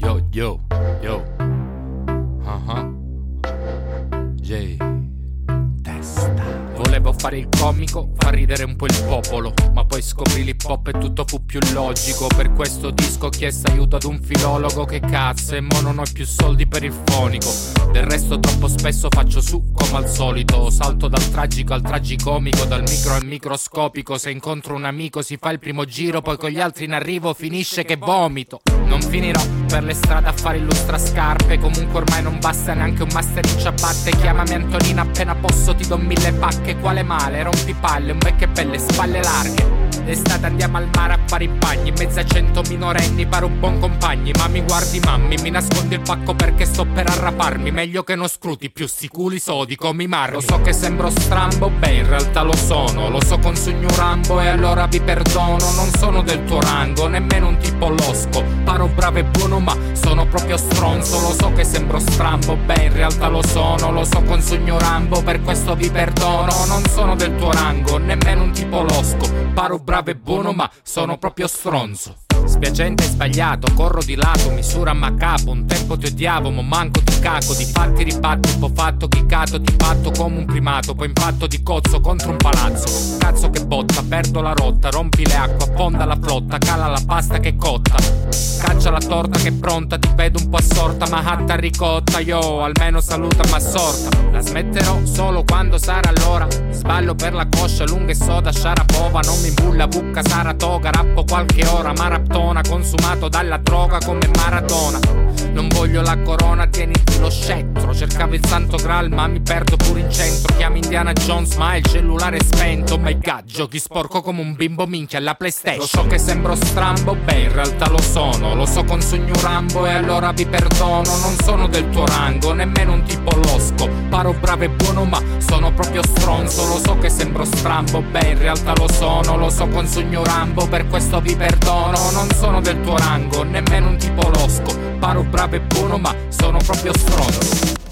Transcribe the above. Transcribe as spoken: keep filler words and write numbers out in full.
Yo, yo, yo. Uh-huh. J. Testa. Volevo fare il comico, far ridere un po' il popolo, ma poi scoprì l'hip hop e tutto fu più logico. Per questo disco ho chiesto aiuto ad un filologo. Che cazzo, e mo non ho più soldi per il fonico. Del resto troppo spesso faccio su come al solito. Salto dal tragico al tragicomico, dal micro al microscopico. Se incontro un amico si fa il primo giro, poi con gli altri in arrivo finisce che vomito. Non finirò per le strade a fare illustrascarpe. Comunque ormai non basta neanche un master in ciabatte. Chiamami Antonina appena posso, ti do mille pacche. Quale male, rompi palle, un becco e belle spalle larghe. D'estate andiamo al mare a fare i bagni, in mezzo a cento minorenni, pare un buon compagni. Ma mi guardi mammi, mi nascondi il pacco perché sto per arraparmi. Meglio che non scruti, più sicuri sodi come i marmi. Lo so che sembro strambo, beh in realtà lo sono. Lo so con sogno Rambo e allora vi perdono. Non sono del tuo rango, nemmeno un tipo losco. Paro bravo e buono ma sono proprio stronzo. Lo so che sembro strambo, beh in realtà lo sono. Lo so con sogno Rambo, per questo vi perdono. Non sono del tuo rango, nemmeno un tipo losco. Paro bravo e buono ma sono proprio stronzo. Spiacente e sbagliato, corro di lato, misura a capo. Un tempo ti odiavo, mo manco ti caco. Di fatti ribatto, un po' fatto, chiccato. Ti patto come un primato, poi impatto di cozzo contro un palazzo. Cazzo che botta, perdo la rotta. Rompi le acque, affonda la flotta. Cala la pasta che è cotta. Caccia la torta che è pronta, ti vedo un po' assorta. Ma hatta ricotta, yo, almeno salutami assorta. La smetterò solo quando sarà l'ora. Sballo per la coscia, lunga e soda, Sharapova. Non mi bulla, bucca, Saratoga. Rappo qualche ora, ma consumato dalla droga come Maradona. Non voglio la corona, tieniti lo scettro. Cercavo il santo graal ma mi perdo pure in centro. Chiami Indiana Jones ma il cellulare è spento. Oh my god, giochi sporco come un bimbo minchia alla PlayStation. Lo so che sembro strambo, beh in realtà lo sono. Lo so con sogno Rambo e allora vi perdono. Non sono del tuo rango, nemmeno un tipo losco. Paro bravo e buono ma sono proprio stronzo. Lo so che sembro strambo, beh in realtà lo sono. Lo so con sogno Rambo, per questo vi perdono. Non sono del tuo rango, nemmeno un tipo losco. Paro bravo e buono ma sono proprio stronzo.